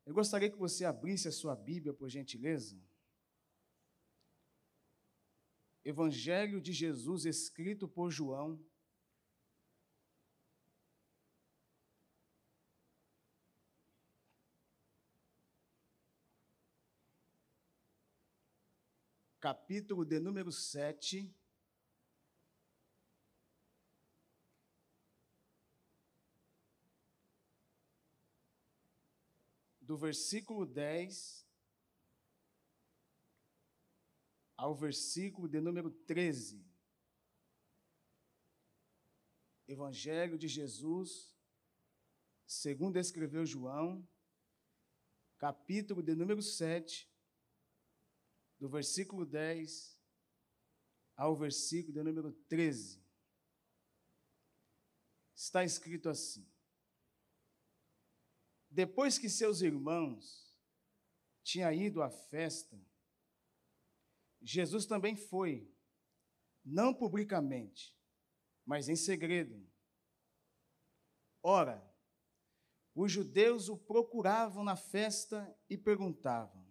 Eu gostaria que você abrisse a sua Bíblia, por gentileza. Evangelho de Jesus, escrito por João. Capítulo de número 7. Do versículo 10 ao versículo de número 13. Evangelho de Jesus, segundo escreveu João, capítulo de número 7, do versículo 10 ao versículo de número 13. Está escrito assim: Depois que seus irmãos tinham ido à festa, Jesus também foi, não publicamente, mas em segredo. Ora, os judeus o procuravam na festa e perguntavam: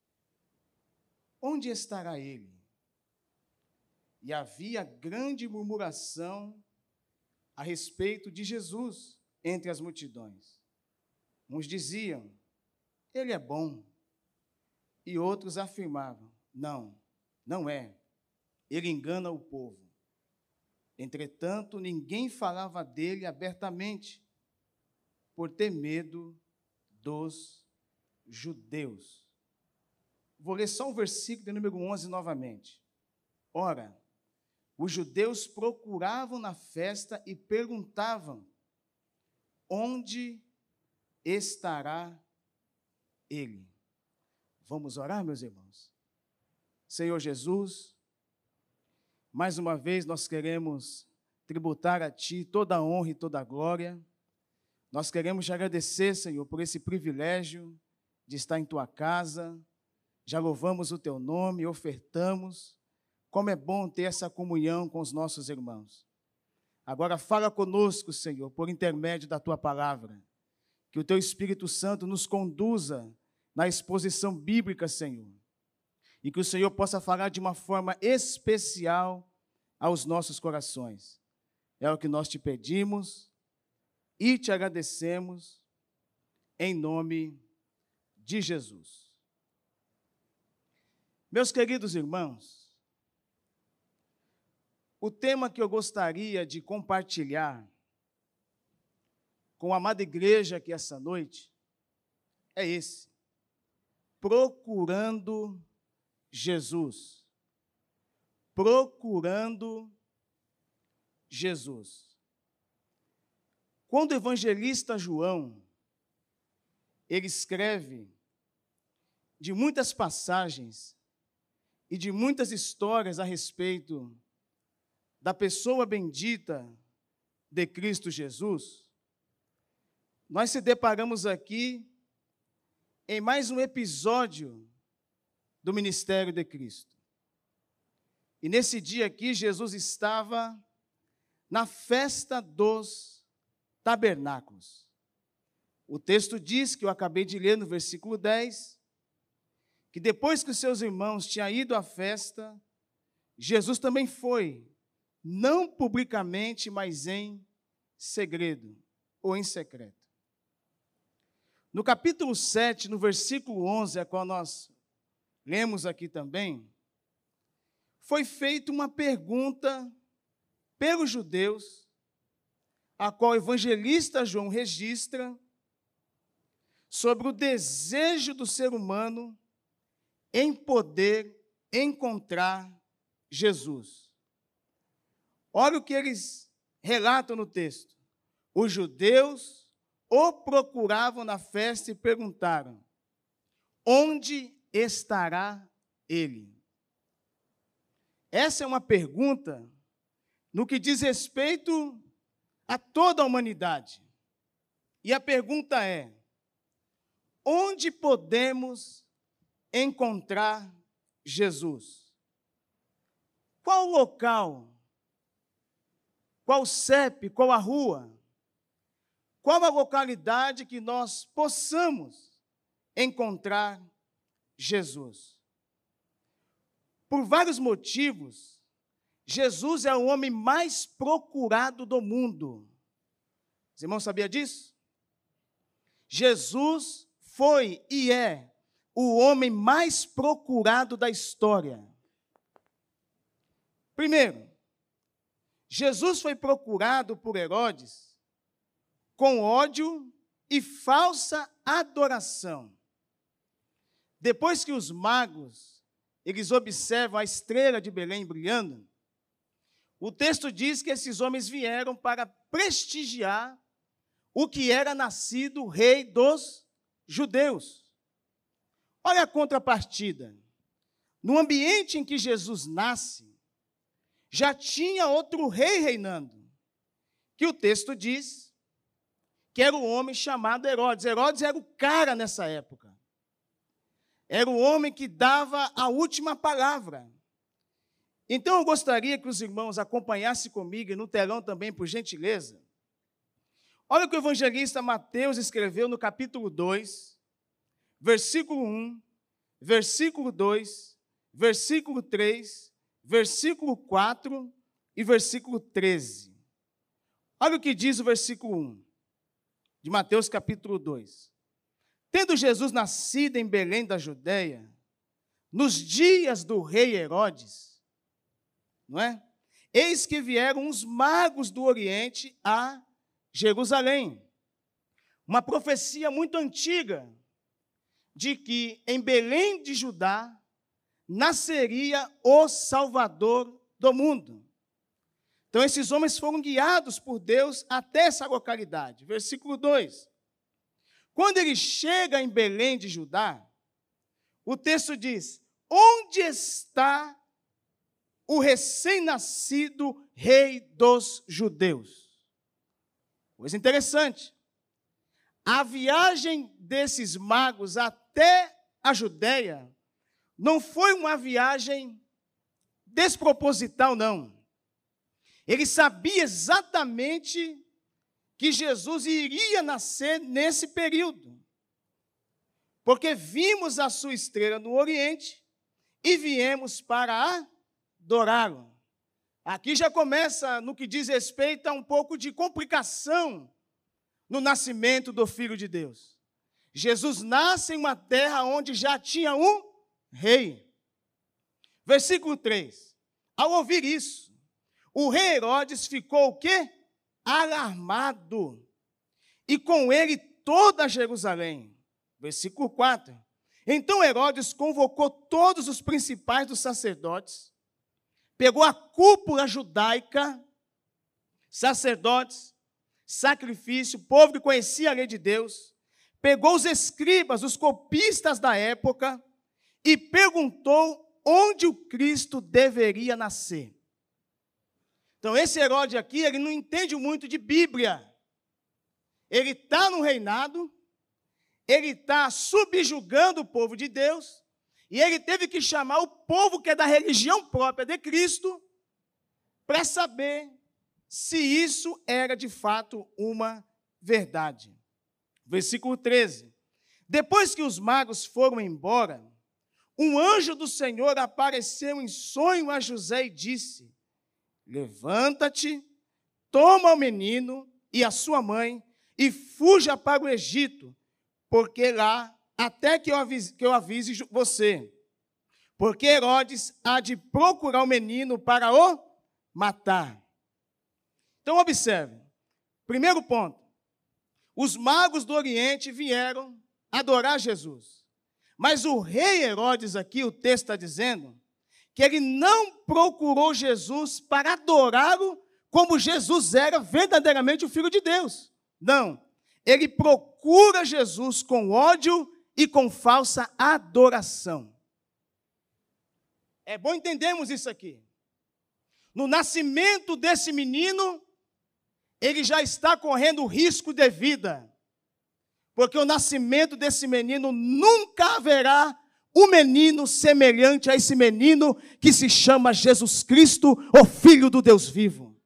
onde estará ele? E havia grande murmuração a respeito de Jesus entre as multidões. Uns diziam: ele é bom. E outros afirmavam: não é. Ele engana o povo. Entretanto, ninguém falava dele abertamente, por ter medo dos judeus. Vou ler só o versículo de número 11 novamente. Ora, os judeus procuravam na festa e perguntavam: onde estará ele? Vamos orar, meus irmãos? Senhor Jesus, mais uma vez nós queremos tributar a Ti toda a honra e toda a glória. Nós queremos te agradecer, Senhor, por esse privilégio de estar em Tua casa. Já louvamos o Teu nome, ofertamos. Como é bom ter essa comunhão com os nossos irmãos. Agora fala conosco, Senhor, por intermédio da Tua palavra. Que o Teu Espírito Santo nos conduza na exposição bíblica, Senhor. E que o Senhor possa falar de uma forma especial aos nossos corações. É o que nós te pedimos e te agradecemos em nome de Jesus. Meus queridos irmãos, o tema que eu gostaria de compartilhar com a amada igreja aqui essa noite é esse: procurando Jesus. Procurando Jesus. Quando o evangelista João, ele escreve de muitas passagens e de muitas histórias a respeito da pessoa bendita de Cristo Jesus, nós se deparamos aqui em mais um episódio do ministério de Cristo. E nesse dia aqui, Jesus estava na festa dos tabernáculos. O texto diz, que eu acabei de ler no versículo 10, que depois que os seus irmãos tinham ido à festa, Jesus também foi, não publicamente, mas em segredo ou em secreto. No capítulo 7, no versículo 11, a qual nós lemos aqui também, foi feita uma pergunta pelos judeus, a qual o evangelista João registra, sobre o desejo do ser humano em poder encontrar Jesus. Olha o que eles relatam no texto. Os judeus o procuravam na festa e perguntaram: onde estará ele? Essa é uma pergunta no que diz respeito a toda a humanidade. E a pergunta é: onde podemos encontrar Jesus? Qual local? Qual CEP? Qual a rua? Qual a localidade que nós possamos encontrar Jesus. Por vários motivos, Jesus é o homem mais procurado do mundo. Os irmãos sabiam disso? Jesus foi e é o homem mais procurado da história. Primeiro, Jesus foi procurado por Herodes com ódio e falsa adoração. Depois que os magos, eles observam a estrela de Belém brilhando, o texto diz que esses homens vieram para prestigiar o que era nascido rei dos judeus. Olha a contrapartida. No ambiente em que Jesus nasce, já tinha outro rei reinando, que o texto diz que era o homem chamado Herodes. Herodes era o cara nessa época. Era o homem que dava a última palavra. Então, eu gostaria que os irmãos acompanhassem comigo, e no telão também, por gentileza. Olha o que o evangelista Mateus escreveu no capítulo 2, versículo 1, versículo 2, versículo 3, versículo 4 e versículo 13. Olha o que diz o versículo 1 de Mateus capítulo 2. Tendo Jesus nascido em Belém da Judeia, nos dias do rei Herodes, não é? Eis que vieram os magos do Oriente a Jerusalém. Uma profecia muito antiga de que em Belém de Judá nasceria o Salvador do mundo. Então, esses homens foram guiados por Deus até essa localidade. Versículo 2. Quando ele chega em Belém de Judá, o texto diz: onde está o recém-nascido rei dos judeus? Coisa interessante. A viagem desses magos até a Judéia não foi uma viagem desproposital, não. Ele sabia exatamente que Jesus iria nascer nesse período, porque vimos a sua estrela no Oriente e viemos para adorá-lo. Aqui já começa, no que diz respeito a um pouco de complicação no nascimento do Filho de Deus. Jesus nasce em uma terra onde já tinha um rei. Versículo 3. Ao ouvir isso, o rei Herodes ficou o quê? Alarmado. E com ele toda Jerusalém. Versículo 4. Então Herodes convocou todos os principais dos sacerdotes, pegou a cúpula judaica, sacerdotes, sacrifício, povo que conhecia a lei de Deus, pegou os escribas, os copistas da época, e perguntou onde o Cristo deveria nascer. Então, esse Herodes aqui, ele não entende muito de Bíblia. Ele está no reinado, ele está subjugando o povo de Deus, e ele teve que chamar o povo que é da religião própria de Cristo para saber se isso era de fato uma verdade. Versículo 13. Depois que os magos foram embora, um anjo do Senhor apareceu em sonho a José e disse: levanta-te, toma o menino e a sua mãe e fuja para o Egito, porque lá, até que eu avise você, porque Herodes há de procurar o menino para o matar. Então, observe, primeiro ponto, os magos do Oriente vieram adorar Jesus, mas o rei Herodes aqui, o texto está dizendo, que ele não procurou Jesus para adorá-lo como Jesus era verdadeiramente o Filho de Deus. Não, ele procura Jesus com ódio e com falsa adoração. É bom entendermos isso aqui. No nascimento desse menino, ele já está correndo risco de vida, porque o nascimento desse menino nunca haverá um menino semelhante a esse menino que se chama Jesus Cristo, o Filho do Deus vivo.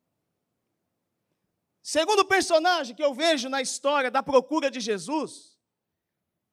Segundo personagem que eu vejo na história da procura de Jesus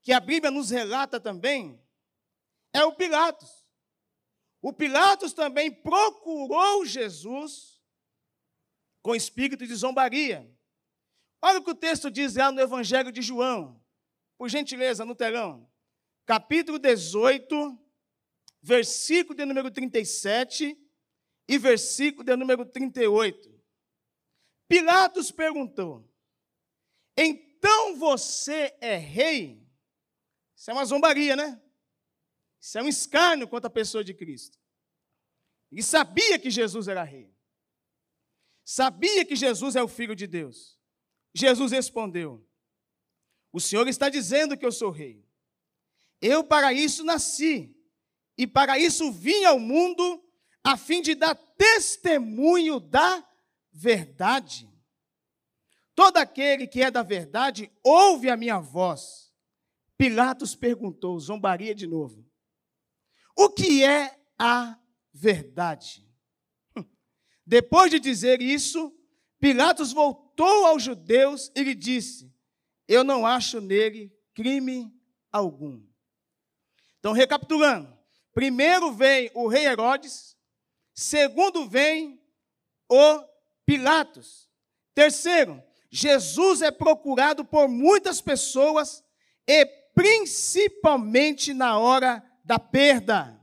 que a Bíblia nos relata também, é o Pilatos. O Pilatos também procurou Jesus com espírito de zombaria. Olha o que o texto diz lá no Evangelho de João. Por gentileza, no telão. Capítulo 18, versículo de número 37 e versículo de número 38. Pilatos perguntou: então você é rei? Isso é uma zombaria, né? Isso é um escárnio contra a pessoa de Cristo. Ele sabia que Jesus era rei. Sabia que Jesus é o Filho de Deus. Jesus respondeu: o Senhor está dizendo que eu sou rei. Eu para isso nasci, e para isso vim ao mundo, a fim de dar testemunho da verdade. Todo aquele que é da verdade ouve a minha voz. Pilatos perguntou, zombaria de novo: o que é a verdade? Depois de dizer isso, Pilatos voltou aos judeus e lhe disse: eu não acho nele crime algum. Então, recapitulando, primeiro vem o rei Herodes, segundo vem o Pilatos. Terceiro, Jesus é procurado por muitas pessoas e principalmente na hora da perda.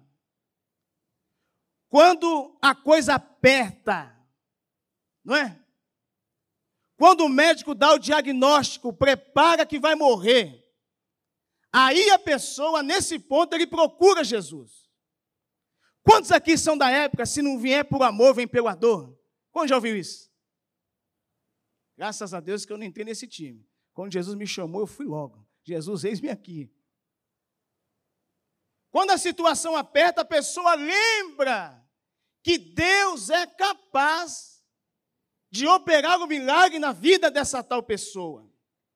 Quando a coisa aperta, não é? Quando o médico dá o diagnóstico, prepara que vai morrer, aí a pessoa, nesse ponto, ele procura Jesus. Quantos aqui são da época, se não vier por amor, vem pela dor? Quando já ouviu isso? Graças a Deus que eu não entrei nesse time. Quando Jesus me chamou, eu fui logo. Jesus, eis-me aqui. Quando a situação aperta, a pessoa lembra que Deus é capaz de operar o milagre na vida dessa tal pessoa.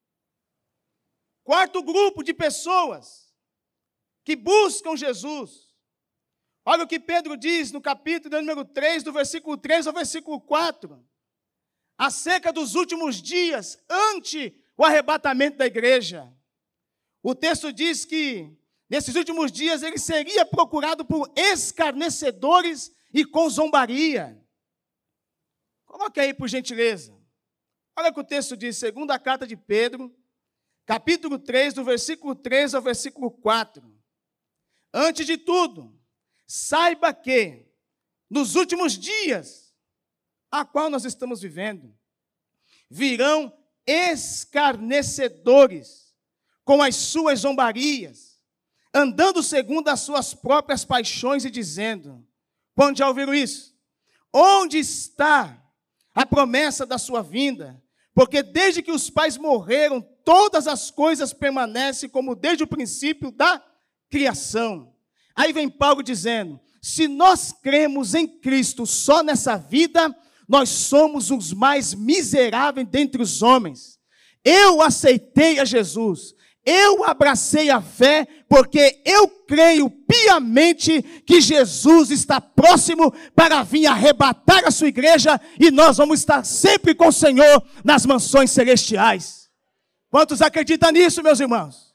Quarto grupo de pessoas que buscam Jesus. Olha o que Pedro diz no capítulo número 3, do versículo 3 ao versículo 4. Acerca dos últimos dias, ante o arrebatamento da igreja. O texto diz que, nesses últimos dias, ele seria procurado por escarnecedores e com zombaria. Coloque aí, por gentileza. Olha o que o texto diz, segunda carta de Pedro, capítulo 3, do versículo 3 ao versículo 4. Antes de tudo, saiba que, nos últimos dias, a qual nós estamos vivendo, virão escarnecedores com as suas zombarias, andando segundo as suas próprias paixões e dizendo, quando já ouviram isso? Onde está a promessa da sua vinda? Porque desde que os pais morreram, todas as coisas permanecem como desde o princípio da criação. Aí vem Paulo dizendo, se nós cremos em Cristo só nessa vida, nós somos os mais miseráveis dentre os homens. Eu aceitei a Jesus, eu abracei a fé, porque eu creio piamente que Jesus está próximo para vir arrebatar a sua igreja e nós vamos estar sempre com o Senhor nas mansões celestiais. Quantos acreditam nisso, meus irmãos?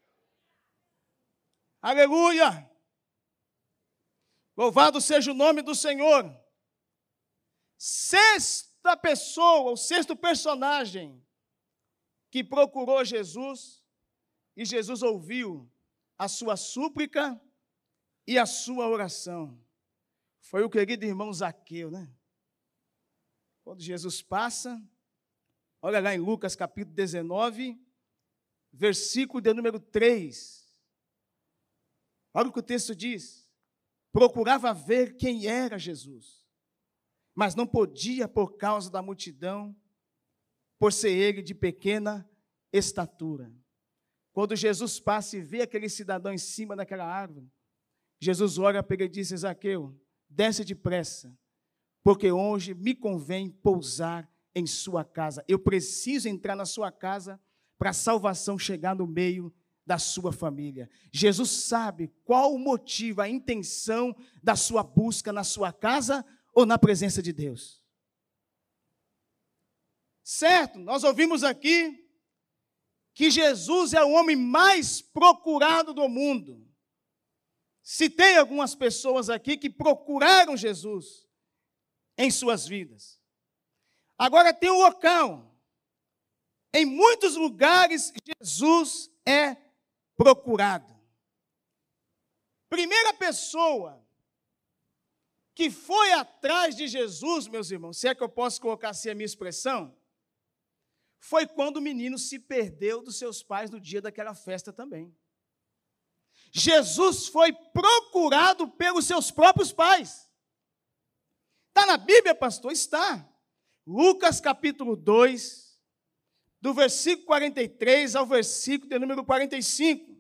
Aleluia! Louvado seja o nome do Senhor. Sexta pessoa, o sexto personagem que procurou Jesus e Jesus ouviu a sua súplica e a sua oração. Foi o querido irmão Zaqueu, né? Quando Jesus passa, olha lá em Lucas capítulo 19, versículo de número 3. Olha o que o texto diz. Procurava ver quem era Jesus, mas não podia por causa da multidão, por ser ele de pequena estatura. Quando Jesus passa e vê aquele cidadão em cima daquela árvore, Jesus olha para ele e diz, Zaqueu, desce depressa, porque hoje me convém pousar em sua casa. Eu preciso entrar na sua casa para a salvação chegar no meio da sua família. Jesus sabe qual o motivo, a intenção da sua busca na sua casa ou na presença de Deus. Certo, nós ouvimos aqui que Jesus é o homem mais procurado do mundo. Citei algumas pessoas aqui que procuraram Jesus em suas vidas. Agora tem um local. Em muitos lugares, Jesus é procurado. Primeira pessoa que foi atrás de Jesus, meus irmãos, se é que eu posso colocar assim a minha expressão, foi quando o menino se perdeu dos seus pais no dia daquela festa também. Jesus foi procurado pelos seus próprios pais. Está na Bíblia, pastor? Está. Lucas capítulo 2, do versículo 43 ao versículo de número 45.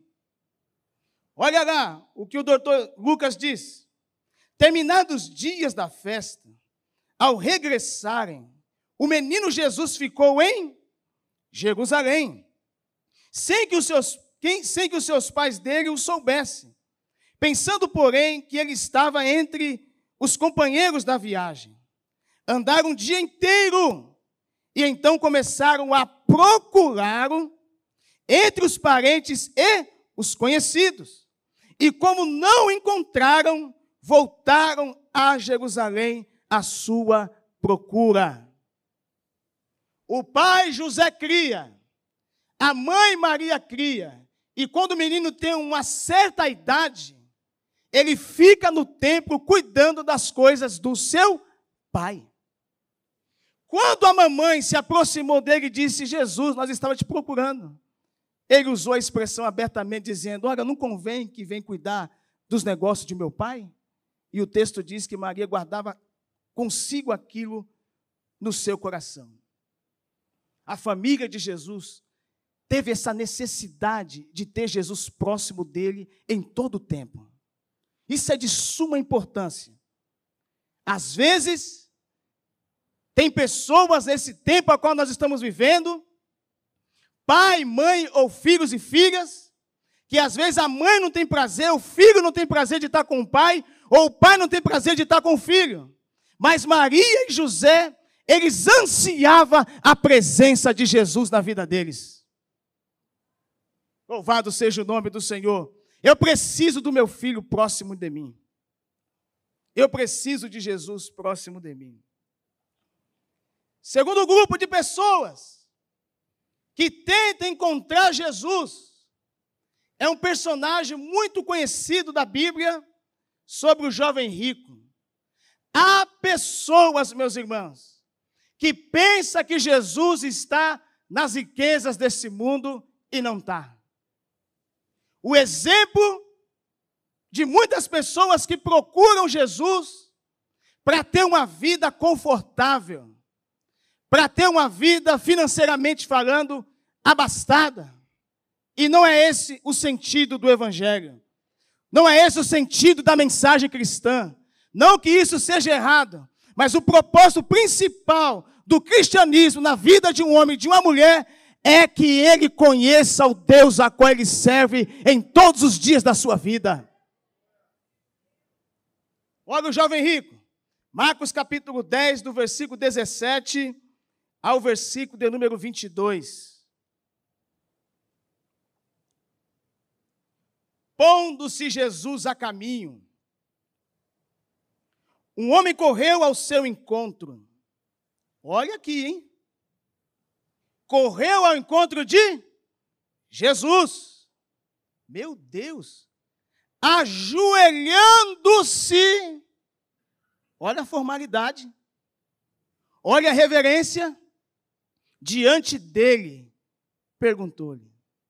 Olha lá o que o doutor Lucas diz. Terminados os dias da festa, ao regressarem, o menino Jesus ficou em Jerusalém, sem que os seus pais dele o soubessem, pensando, porém, que ele estava entre os companheiros da viagem. Andaram um dia inteiro e então começaram a procurá-lo entre os parentes e os conhecidos. E como não encontraram, voltaram a Jerusalém à sua procura. O pai José cria, a mãe Maria cria, e quando o menino tem uma certa idade, ele fica no templo cuidando das coisas do seu pai. Quando a mamãe se aproximou dele e disse: Jesus, nós estávamos te procurando. Ele usou a expressão abertamente, dizendo: olha, não convém que venha cuidar dos negócios de meu pai? E o texto diz que Maria guardava consigo aquilo no seu coração. A família de Jesus teve essa necessidade de ter Jesus próximo dele em todo o tempo. Isso é de suma importância. Às vezes, tem pessoas nesse tempo a qual nós estamos vivendo, pai, mãe ou filhos e filhas, que às vezes a mãe não tem prazer, o filho não tem prazer de estar com o pai, ou o pai não tem prazer de estar com o filho. Mas Maria e José, eles ansiavam a presença de Jesus na vida deles. Louvado seja o nome do Senhor. Eu preciso do meu filho próximo de mim. Eu preciso de Jesus próximo de mim. Segundo grupo de pessoas que tentam encontrar Jesus, é um personagem muito conhecido da Bíblia sobre o jovem rico. Há pessoas, meus irmãos, que pensam que Jesus está nas riquezas desse mundo e não está. O exemplo de muitas pessoas que procuram Jesus para ter uma vida confortável, para ter uma vida financeiramente falando abastada. E não é esse o sentido do Evangelho. Não é esse o sentido da mensagem cristã. Não que isso seja errado, mas o propósito principal do cristianismo na vida de um homem e de uma mulher é que ele conheça o Deus a qual ele serve em todos os dias da sua vida. Olha o jovem rico. Marcos capítulo 10, do versículo 17 ao versículo de número 22. Pondo-se Jesus a caminho, um homem correu ao seu encontro. Olha aqui, hein? Correu ao encontro de Jesus. Meu Deus! Ajoelhando-se. Olha a formalidade. Olha a reverência. Diante dele, perguntou-lhe: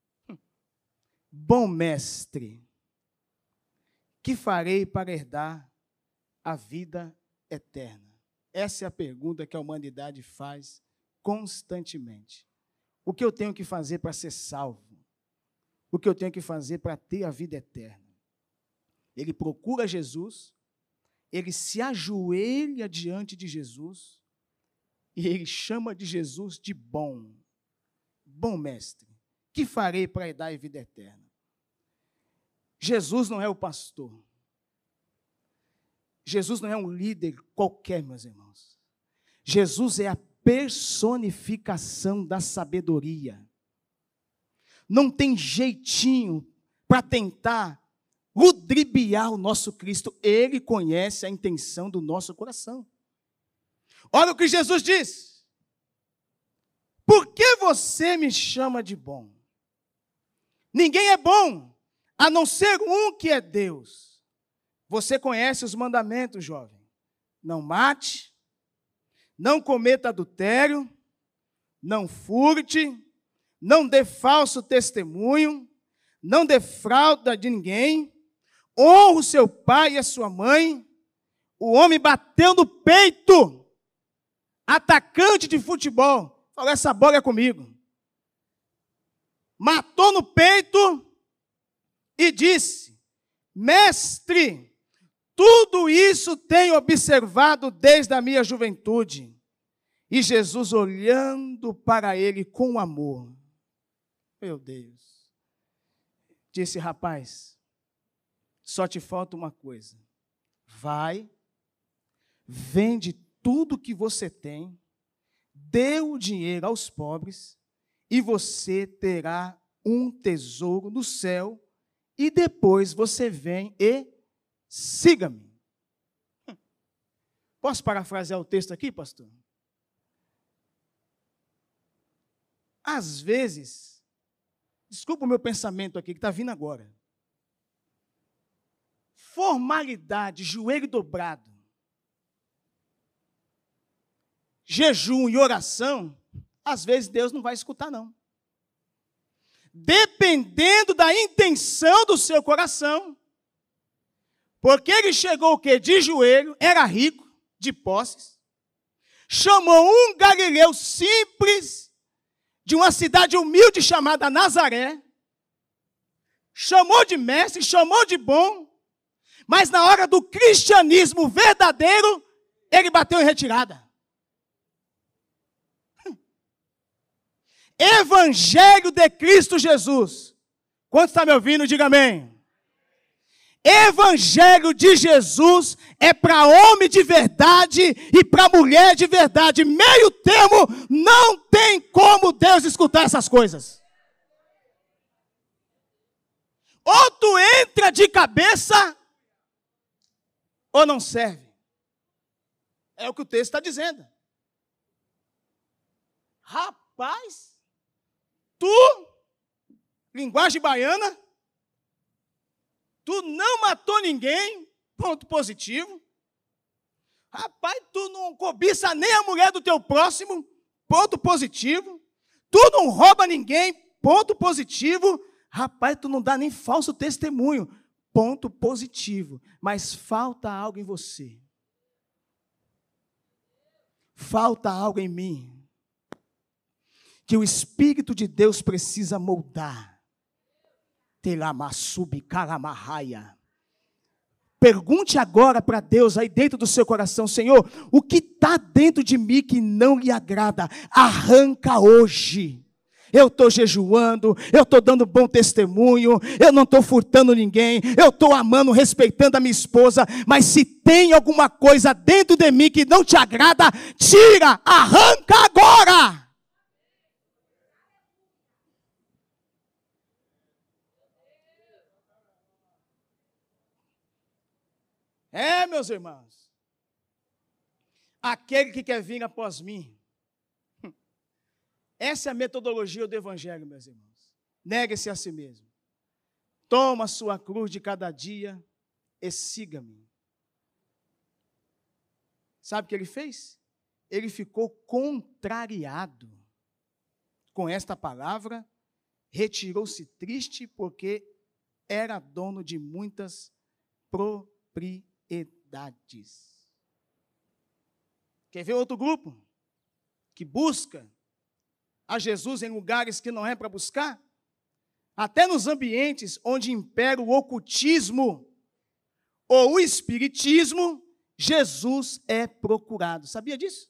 bom mestre, que farei para herdar a vida eterna? Essa é a pergunta que a humanidade faz constantemente. O que eu tenho que fazer para ser salvo? O que eu tenho que fazer para ter a vida eterna? Ele procura Jesus, ele se ajoelha diante de Jesus e ele chama de Jesus de bom mestre. Que farei para herdar a vida eterna? Jesus não é o pastor. Jesus não é um líder qualquer, meus irmãos. Jesus é a personificação da sabedoria. não tem jeitinho para tentar ludibriar o nosso Cristo. Ele conhece a intenção do nosso coração. Olha o que Jesus diz. Por que você me chama de bom? Ninguém é bom, a não ser um que é Deus. Você conhece os mandamentos, jovem. Não mate, não cometa adultério, não furte, não dê falso testemunho, não defrauda de ninguém, honra o seu pai e a sua mãe. O homem bateu no peito, atacante de futebol, falou, essa bola é comigo. Matou no peito e disse, mestre, tudo isso tenho observado desde a minha juventude. E Jesus, olhando para ele com amor, meu Deus, disse, rapaz, só te falta uma coisa. Vai, vende tudo que você tem, dê o dinheiro aos pobres, e você terá um tesouro no céu, e depois você vem e siga-me. Posso parafrasear o texto aqui, pastor? Às vezes, desculpa o meu pensamento aqui, que está vindo agora. Formalidade, joelho dobrado, jejum e oração, às vezes Deus não vai escutar, não. Dependendo da intenção do seu coração, porque ele chegou o quê? De joelho, era rico, de posses, chamou um galileu simples, de uma cidade humilde chamada Nazaré, chamou de mestre, chamou de bom, mas na hora do cristianismo verdadeiro, ele bateu em retirada. Evangelho de Cristo Jesus. Quantos estão me ouvindo? Diga amém. Evangelho de Jesus é para homem de verdade e para mulher de verdade. Meio termo, não tem como Deus escutar essas coisas. Ou tu entra de cabeça, ou não serve. É o que o texto está dizendo. Rapaz, tu, linguagem baiana, tu não matou ninguém, ponto positivo. Rapaz, tu não cobiça nem a mulher do teu próximo, ponto positivo. Tu não rouba ninguém, ponto positivo. Rapaz, tu não dá nem falso testemunho, ponto positivo. Mas falta algo em você. Falta algo em mim. Que o Espírito de Deus precisa moldar. Telamassubi karamarraia. Pergunte agora para Deus aí dentro do seu coração, Senhor, o que está dentro de mim que não lhe agrada? Arranca hoje. Eu estou jejuando, eu estou dando bom testemunho, eu não estou furtando ninguém, eu estou amando, respeitando a minha esposa, mas se tem alguma coisa dentro de mim que não te agrada, tira, arranca agora. É, meus irmãos, aquele que quer vir após mim, essa é a metodologia do Evangelho, meus irmãos. Negue-se a si mesmo. Toma a sua cruz de cada dia e siga-me. Sabe o que ele fez? Ele ficou contrariado com esta palavra, retirou-se triste porque era dono de muitas propriedades. Quer ver outro grupo que busca a Jesus em lugares que não é para buscar? Até nos ambientes onde impera o ocultismo ou o espiritismo, Jesus é procurado. Sabia disso?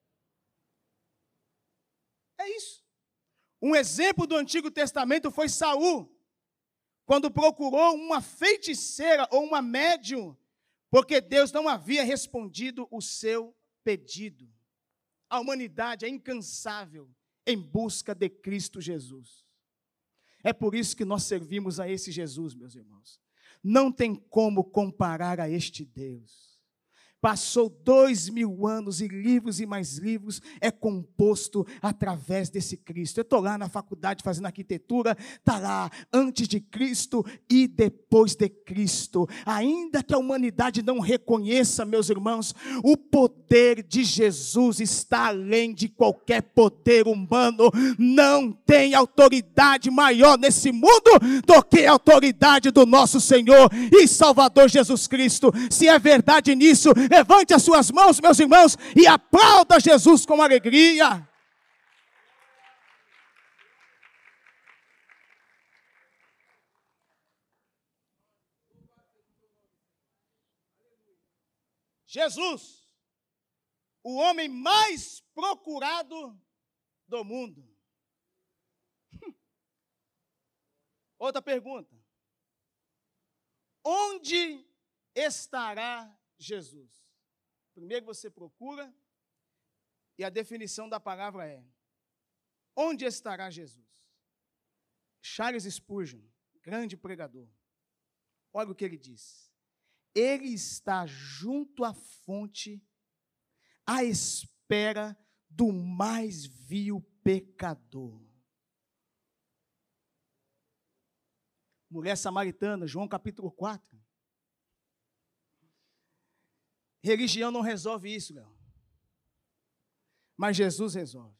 É isso. Um exemplo do Antigo Testamento foi Saul, quando procurou uma feiticeira ou uma médium, porque Deus não havia respondido o seu pedido. A humanidade é incansável em busca de Cristo Jesus. É por isso que nós servimos a esse Jesus, meus irmãos. Não tem como comparar a este Deus. Passou 2000 anos e livros e mais livros é composto através desse Cristo. Eu estou lá na faculdade fazendo arquitetura, está lá, antes de Cristo e depois de Cristo. Ainda que a humanidade não reconheça, meus irmãos, o poder de Jesus está além de qualquer poder humano. Não tem autoridade maior nesse mundo do que a autoridade do nosso Senhor e Salvador Jesus Cristo. Se é verdade nisso, levante as suas mãos, meus irmãos, e aplauda Jesus com alegria. Jesus, o homem mais procurado do mundo. Outra pergunta. Onde estará Jesus? Primeiro você procura, e a definição da palavra é: onde estará Jesus? Charles Spurgeon, grande pregador, olha o que ele diz. Ele está junto à fonte, à espera do mais vil pecador. Mulher samaritana, João capítulo 4. Religião não resolve isso, Léo. Mas Jesus resolve.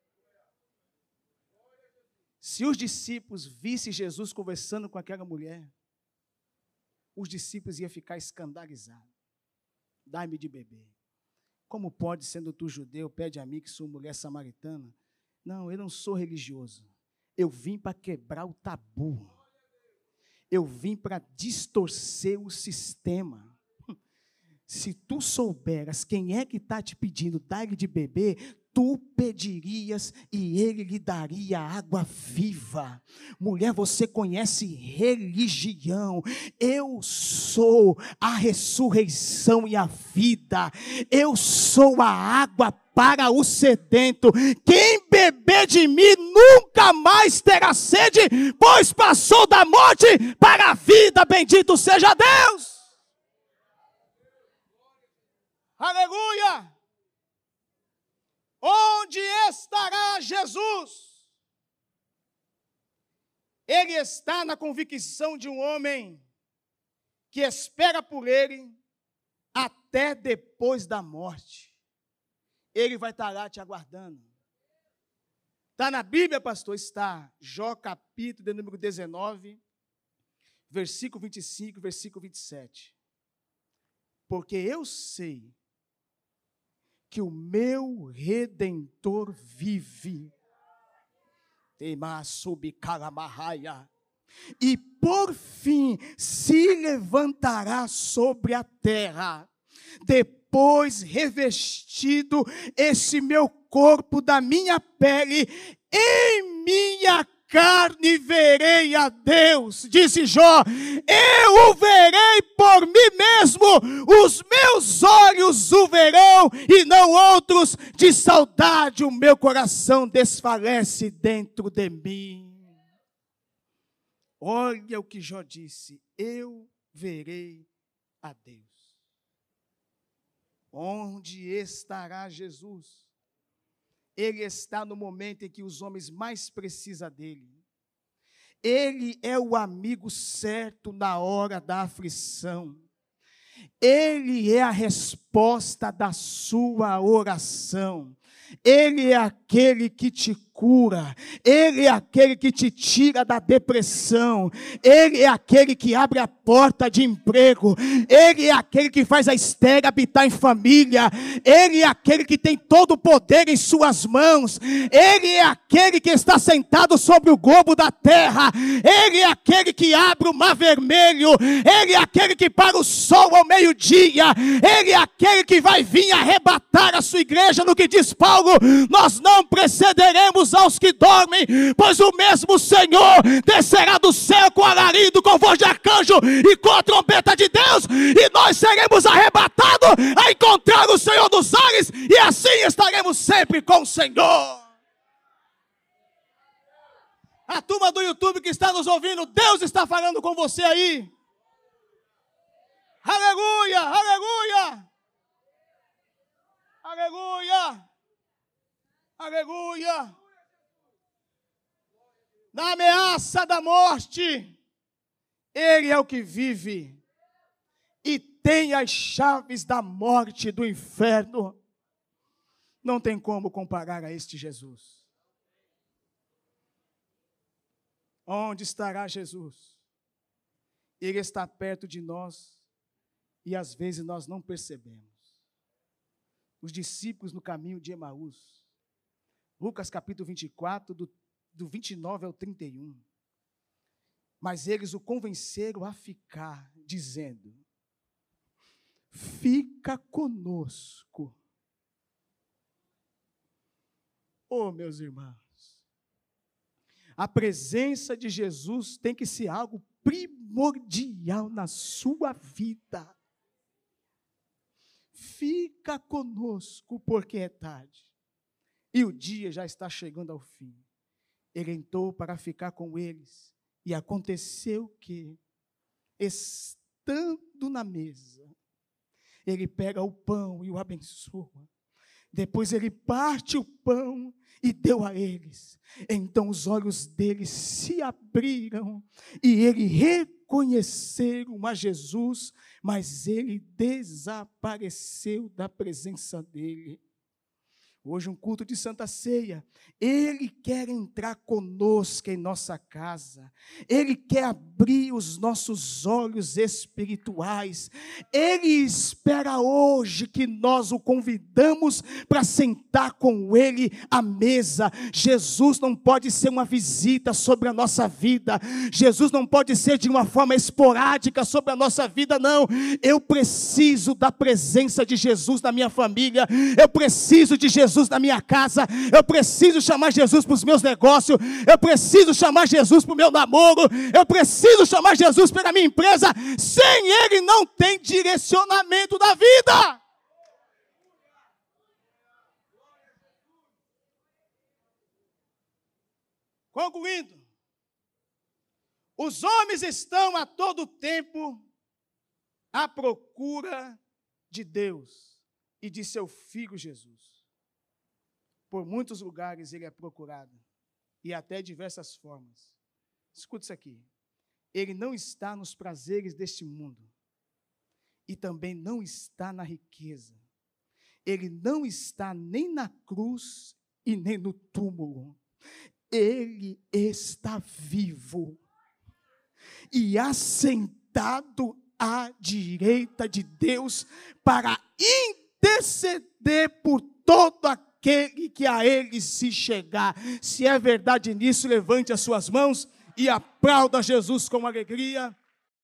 Se os discípulos vissem Jesus conversando com aquela mulher, os discípulos iam ficar escandalizados. Dai-me de beber. Como pode, sendo tu judeu, pede a mim que sou mulher samaritana? Não, eu não sou religioso. Eu vim para quebrar o tabu. Eu vim para distorcer o sistema. Se tu souberas quem é que está te pedindo dar-lhe de beber, tu pedirias e ele lhe daria água viva. Mulher, você conhece religião. Eu sou a ressurreição e a vida. Eu sou a água para o sedento. Quem beber de mim nunca mais terá sede, pois passou da morte para a vida. Bendito seja Deus. Aleluia! Onde estará Jesus? Ele está na convicção de um homem que espera por ele até depois da morte. Ele vai estar lá te aguardando. Está na Bíblia, pastor? Está. Jó capítulo de número 19, versículo 25, versículo 27. Porque eu sei que o meu Redentor vive. E por fim se levantará sobre a terra. Depois revestido esse meu corpo da minha pele, em minha carne verei a Deus, disse Jó, eu o verei por mim mesmo, os meus olhos o verão e não outros, de saudade o meu coração desfalece dentro de mim. Olha o que Jó disse, eu verei a Deus. Onde estará Jesus? Ele está no momento em que os homens mais precisam dele. Ele é o amigo certo na hora da aflição. Ele é a resposta da sua oração. Ele é aquele que te cura. Ele é aquele que te tira da depressão. Ele é aquele que abre a porta de emprego. Ele é aquele que faz a estéril habitar em família. Ele é aquele que tem todo o poder em suas mãos. Ele é aquele que está sentado sobre o globo da terra. Ele é aquele que abre o mar vermelho. Ele é aquele que para o sol ao meio-dia. Ele é aquele que vai vir arrebatar a sua igreja, no que diz Paulo. Nós não precederemos aos que dormem, pois o mesmo Senhor descerá do céu com alarido, com voz de arcanjo e com a trombeta de Deus, e nós seremos arrebatados a encontrar o Senhor dos ares, e assim estaremos sempre com o Senhor. A turma do YouTube que está nos ouvindo, Deus está falando com você aí. Aleluia, aleluia. Aleluia. Aleluia. Na ameaça da morte, Ele é o que vive e tem as chaves da morte e do inferno. Não tem como comparar a este Jesus. Onde estará Jesus? Ele está perto de nós e às vezes nós não percebemos. Os discípulos no caminho de Emaús, Lucas capítulo 24, do 29 ao 31. Mas eles o convenceram a ficar, dizendo: fica conosco. Oh, meus irmãos, a presença de Jesus tem que ser algo primordial na sua vida. Fica conosco, porque é tarde, e o dia já está chegando ao fim. Ele entrou para ficar com eles, e aconteceu que, estando na mesa, ele pega o pão e o abençoa. Depois ele parte o pão e deu a eles. Então os olhos deles se abriram e eles reconheceram a Jesus, mas ele desapareceu da presença dele. Hoje um culto de Santa Ceia, Ele quer entrar conosco em nossa casa, Ele quer abrir os nossos olhos espirituais, Ele espera hoje que nós o convidamos para sentar com Ele à mesa. Jesus não pode ser uma visita sobre a nossa vida, Jesus não pode ser de uma forma esporádica sobre a nossa vida, não. Eu preciso da presença de Jesus na minha família, eu preciso de Jesus na minha casa, eu preciso chamar Jesus para os meus negócios, eu preciso chamar Jesus para o meu namoro, eu preciso chamar Jesus para a minha empresa. Sem Ele não tem direcionamento da vida. Concluindo, os homens estão a todo tempo à procura de Deus e de seu Filho Jesus. Por muitos lugares ele é procurado, e até diversas formas. Escuta isso aqui. Ele não está nos prazeres deste mundo, e também não está na riqueza. Ele não está nem na cruz e nem no túmulo. Ele está vivo e assentado à direita de Deus para interceder por todo aquele que a Ele se chegar. Se é verdade nisso, levante as suas mãos e aplauda Jesus com alegria.